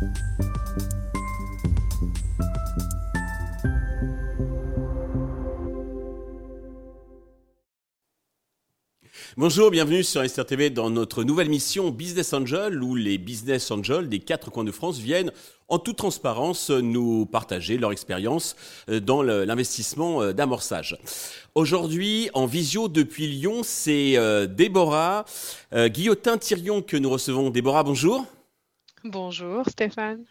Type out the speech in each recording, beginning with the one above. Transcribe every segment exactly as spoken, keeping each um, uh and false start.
Bonjour, bienvenue sur Investir T V dans notre nouvelle mission Business Angel où les Business Angels des quatre coins de France viennent en toute transparence nous partager leur expérience dans le, l'investissement d'amorçage. Aujourd'hui, en visio depuis Lyon, c'est euh, Déborah euh, Guillotin-Thirion que nous recevons. Déborah, bonjour. Bonjour Stéphane.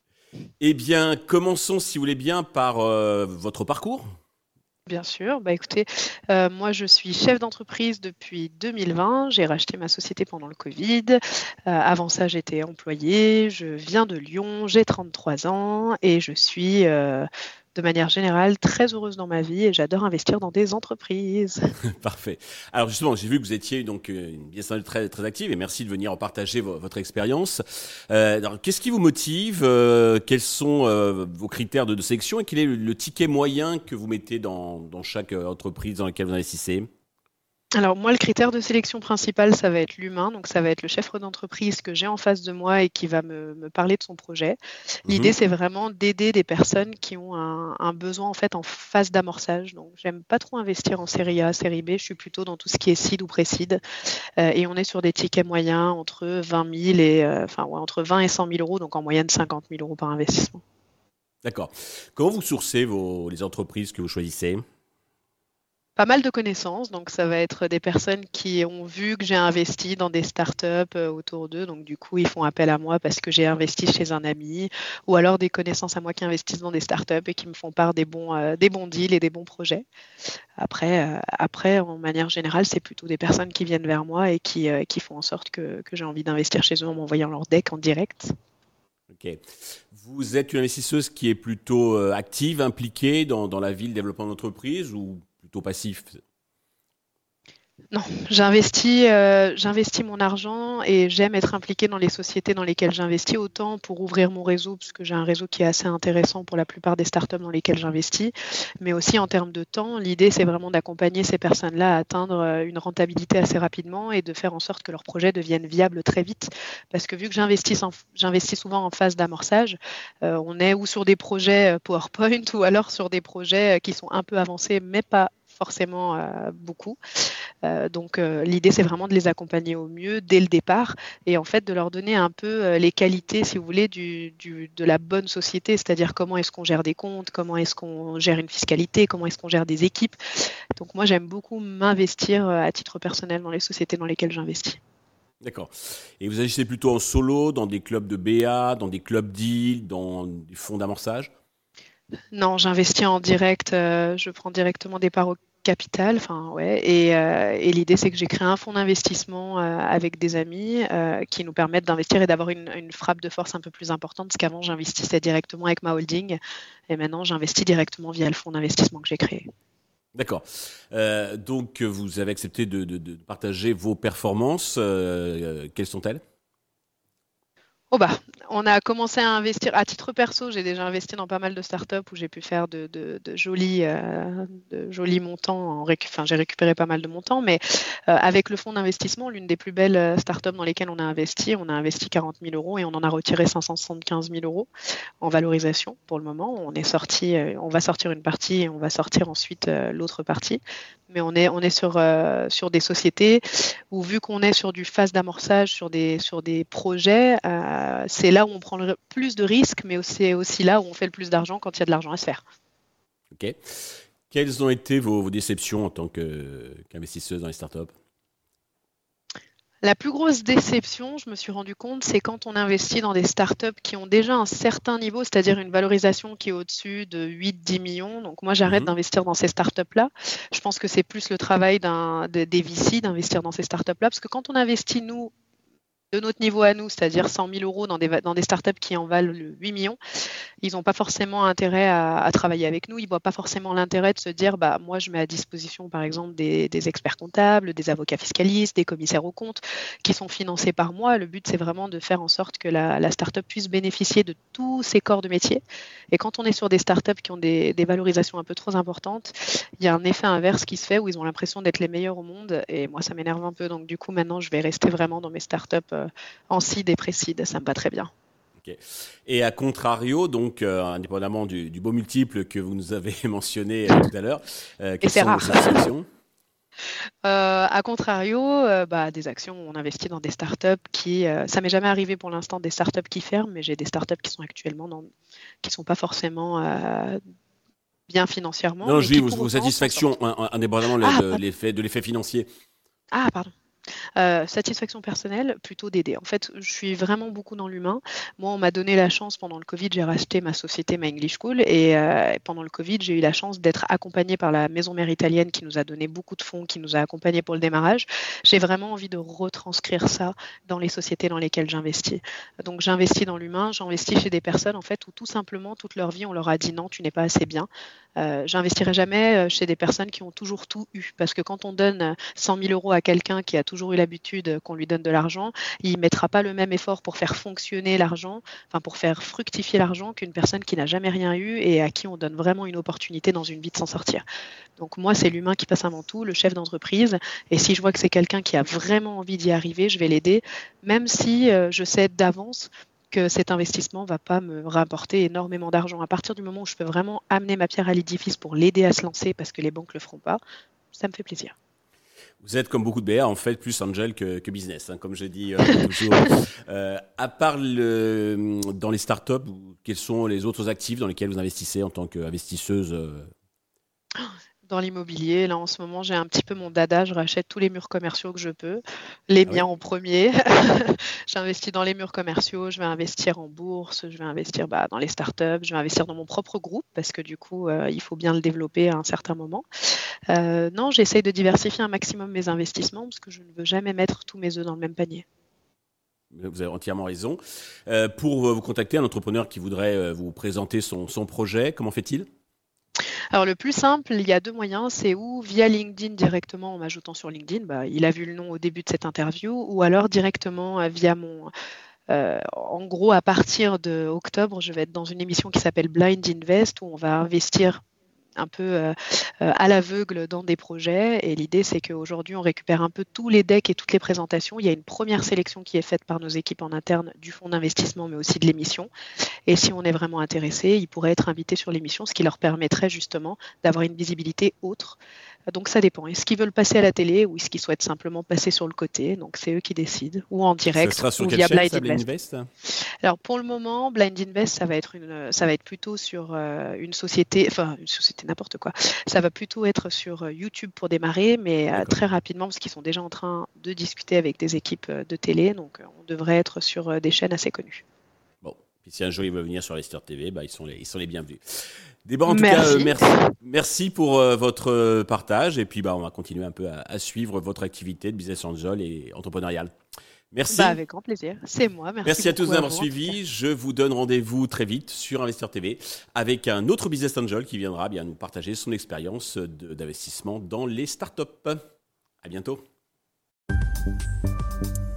Eh bien, commençons si vous voulez bien par euh, votre parcours. Bien sûr, bah écoutez, euh, moi je suis chef d'entreprise depuis deux mille vingt, j'ai racheté ma société pendant le Covid, euh, avant ça j'étais employée, je viens de Lyon, j'ai trente-trois ans et je suis euh, de manière générale très heureuse dans ma vie et j'adore investir dans des entreprises. Parfait. Alors justement, j'ai vu que vous étiez donc une business angel très très active et merci de venir en partager vo- votre expérience. Euh, alors, qu'est-ce qui vous motive euh, Quels sont euh, vos critères de, de sélection et quel est le, le ticket moyen que vous mettez dans, dans chaque euh, entreprise dans laquelle vous investissez ? Alors moi, le critère de sélection principal, ça va être l'humain, donc ça va être le chef d'entreprise que j'ai en face de moi et qui va me, me parler de son projet. L'idée, Mhm. c'est vraiment d'aider des personnes qui ont un, un besoin en fait en phase d'amorçage. Donc j'aime pas trop investir en série A, série B, je suis plutôt dans tout ce qui est seed ou pré-seed. Euh, et on est sur des tickets moyens entre vingt mille et euh, enfin ouais, entre vingt et cent mille euros, donc en moyenne cinquante mille euros par investissement. D'accord. Comment vous sourcez vos, les entreprises que vous choisissez ? Pas mal de connaissances, donc ça va être des personnes qui ont vu que j'ai investi dans des startups euh, autour d'eux, donc du coup ils font appel à moi parce que j'ai investi chez un ami, ou alors des connaissances à moi qui investissent dans des startups et qui me font part des bons, euh, des bons deals et des bons projets. Après, euh, après, en manière générale, c'est plutôt des personnes qui viennent vers moi et qui, euh, qui font en sorte que, que j'ai envie d'investir chez eux en m'envoyant leur deck en direct. Ok. Vous êtes une investisseuse qui est plutôt euh, active, impliquée dans, dans la vie, le développement d'entreprise ou plutôt passif ? Non, j'investis, euh, j'investis mon argent et j'aime être impliquée dans les sociétés dans lesquelles j'investis, autant pour ouvrir mon réseau, parce que j'ai un réseau qui est assez intéressant pour la plupart des startups dans lesquelles j'investis, mais aussi en termes de temps. L'idée, c'est vraiment d'accompagner ces personnes-là à atteindre euh, une rentabilité assez rapidement et de faire en sorte que leurs projets deviennent viables très vite. Parce que vu que j'investis, en- j'investis souvent en phase d'amorçage, euh, on est ou sur des projets euh, PowerPoint ou alors sur des projets euh, qui sont un peu avancés, mais pas forcément euh, beaucoup. Euh, donc euh, l'idée, c'est vraiment de les accompagner au mieux dès le départ et en fait de leur donner un peu euh, les qualités, si vous voulez, du, du, de la bonne société, c'est-à-dire comment est-ce qu'on gère des comptes, comment est-ce qu'on gère une fiscalité, comment est-ce qu'on gère des équipes. Donc moi, j'aime beaucoup m'investir euh, à titre personnel dans les sociétés dans lesquelles j'investis. D'accord. Et vous agissez plutôt en solo, dans des clubs de B A, dans des clubs deal, dans des fonds d'amorçage ? Non, j'investis en direct, euh, je prends directement des parts au capital, enfin ouais, et, euh, et l'idée c'est que j'ai créé un fonds d'investissement euh, avec des amis euh, qui nous permettent d'investir et d'avoir une, une frappe de force un peu plus importante, parce qu'avant j'investissais directement avec ma holding et maintenant j'investis directement via le fonds d'investissement que j'ai créé. D'accord. Euh, donc, vous avez accepté de, de- de partager vos performances. Euh, quelles sont-elles ? Oh bah, on a commencé à investir à titre perso. J'ai déjà investi dans pas mal de startups où j'ai pu faire de, de- de jolis, euh, de jolis montants. En récu- enfin, j'ai récupéré pas mal de montants, mais euh, avec le fonds d'investissement, l'une des plus belles euh, startups dans lesquelles on a investi, on a investi quarante mille euros et on en a retiré cinq cent soixante-quinze mille euros en valorisation pour le moment. On est sorti, euh, on va sortir une partie et on va sortir ensuite euh, l'autre partie. Mais on est, on est sur, euh, sur des sociétés où vu qu'on est sur du phase d'amorçage, sur des, sur des projets, euh, c'est là où on prend le plus de risques, mais c'est aussi là où on fait le plus d'argent quand il y a de l'argent à se faire. Ok. Quelles ont été vos, vos déceptions en tant que, qu'investisseuse dans les startups ? La plus grosse déception, je me suis rendu compte, c'est quand on investit dans des startups qui ont déjà un certain niveau, c'est-à-dire une valorisation qui est au-dessus de huit à dix millions. Donc moi, j'arrête Mhm. d'investir dans ces startups-là. Je pense que c'est plus le travail d'un, de- des V C d'investir dans ces startups-là, parce que quand on investit, nous, de notre niveau à nous, c'est-à-dire cent mille euros dans des, dans des startups qui en valent huit millions, ils n'ont pas forcément intérêt à, à travailler avec nous. Ils ne voient pas forcément l'intérêt de se dire, bah, moi, je mets à disposition, par exemple, des, des experts comptables, des avocats fiscalistes, des commissaires aux comptes qui sont financés par moi. Le but, c'est vraiment de faire en sorte que la, la startup puisse bénéficier de tous ces corps de métier. Et quand on est sur des startups qui ont des, des valorisations un peu trop importantes, il y a un effet inverse qui se fait où ils ont l'impression d'être les meilleurs au monde. Et moi, ça m'énerve un peu. Donc, du coup, maintenant, je vais rester vraiment dans mes startups euh, en seed et pré-seed. Ça me va très bien. Okay. Et à contrario, donc euh, indépendamment du, du beau multiple que vous nous avez mentionné euh, tout à l'heure, euh, quelles sont vos satisfactions ? Euh, à contrario, euh, bah, des actions, on investit dans des startups qui, euh, ça m'est jamais arrivé pour l'instant des startups qui ferment, mais j'ai des startups qui sont actuellement dans, qui sont pas forcément euh, bien financièrement. Non, mais je dis qui vos, pour vos autant satisfactions, indépendamment ah, de, de l'effet, de l'effet financier. Ah, pardon. Euh, satisfaction personnelle, plutôt d'aider. En fait, je suis vraiment beaucoup dans l'humain. Moi, on m'a donné la chance pendant le Covid, j'ai racheté ma société, ma English School, et euh, pendant le Covid, j'ai eu la chance d'être accompagnée par la maison mère italienne qui nous a donné beaucoup de fonds, qui nous a accompagnés pour le démarrage. J'ai vraiment envie de retranscrire ça dans les sociétés dans lesquelles j'investis. Donc, j'investis dans l'humain, j'investis chez des personnes en fait où tout simplement toute leur vie, on leur a dit non, tu n'es pas assez bien. Euh, j'investirai jamais chez des personnes qui ont toujours tout eu, parce que quand on donne cent mille euros à quelqu'un qui a toujours eu l'habitude qu'on lui donne de l'argent, il ne mettra pas le même effort pour faire fonctionner l'argent, enfin pour faire fructifier l'argent qu'une personne qui n'a jamais rien eu et à qui on donne vraiment une opportunité dans une vie de s'en sortir. Donc moi, c'est l'humain qui passe avant tout, le chef d'entreprise, et si je vois que c'est quelqu'un qui a vraiment envie d'y arriver, je vais l'aider, même si euh, je sais d'avance que cet investissement ne va pas me rapporter énormément d'argent. À partir du moment où je peux vraiment amener ma pierre à l'édifice pour l'aider à se lancer parce que les banques ne le feront pas, ça me fait plaisir. Vous êtes, comme beaucoup de B A, en fait, plus angel que, que business, hein, comme je dis euh, toujours. Euh, à part le, dans les startups, quels sont les autres actifs dans lesquels vous investissez en tant qu'investisseuse euh... Dans l'immobilier, là en ce moment j'ai un petit peu mon dada, je rachète tous les murs commerciaux que je peux, les ah miens oui. en premier. J'investis dans les murs commerciaux, je vais investir en bourse, je vais investir bah, dans les startups, je vais investir dans mon propre groupe parce que du coup euh, il faut bien le développer à un certain moment. Euh, non, j'essaye de diversifier un maximum mes investissements parce que je ne veux jamais mettre tous mes œufs dans le même panier. Vous avez entièrement raison. Euh, pour vous contacter, un entrepreneur qui voudrait vous présenter son, son projet, comment fait-il ? Alors le plus simple, il y a deux moyens, c'est ou via LinkedIn directement en m'ajoutant sur LinkedIn, bah, il a vu le nom au début de cette interview, ou alors directement via mon... Euh, en gros, à partir de octobre, je vais être dans une émission qui s'appelle Blind Invest, où on va investir un peu euh, euh, à l'aveugle dans des projets, et l'idée c'est qu'aujourd'hui on récupère un peu tous les decks et toutes les présentations. Il y a une première sélection qui est faite par nos équipes en interne du fonds d'investissement mais aussi de l'émission, et si on est vraiment intéressé, ils pourraient être invités sur l'émission, ce qui leur permettrait justement d'avoir une visibilité autre. Donc ça dépend, est-ce qu'ils veulent passer à la télé ou est-ce qu'ils souhaitent simplement passer sur le côté, donc c'est eux qui décident, ou en direct, ça sera sur ou quelle via chaîne, Blind ça, Invest. Blind Invest. Alors pour le moment, Blind Invest, ça va être une, ça va être plutôt sur euh, une société, enfin une société n'importe quoi. Ça va plutôt être sur euh, YouTube pour démarrer, mais euh, très rapidement parce qu'ils sont déjà en train de discuter avec des équipes de télé, donc euh, on devrait être sur euh, des chaînes assez connues. Bon, puis si un jour ils veulent venir sur Leicester T V, bah, ils sont les, ils sont les bienvenus. Débat, en tout merci. cas, euh, merci, merci pour euh, votre partage, et puis bah on va continuer un peu à, à suivre votre activité de business angel et entrepreneurial. Merci. Bah avec grand plaisir. C'est moi. Merci, merci à tous d'avoir vous, suivi. Je vous donne rendez-vous très vite sur Investir T V avec un autre business angel qui viendra bien nous partager son expérience de, d'investissement dans les startups. À bientôt.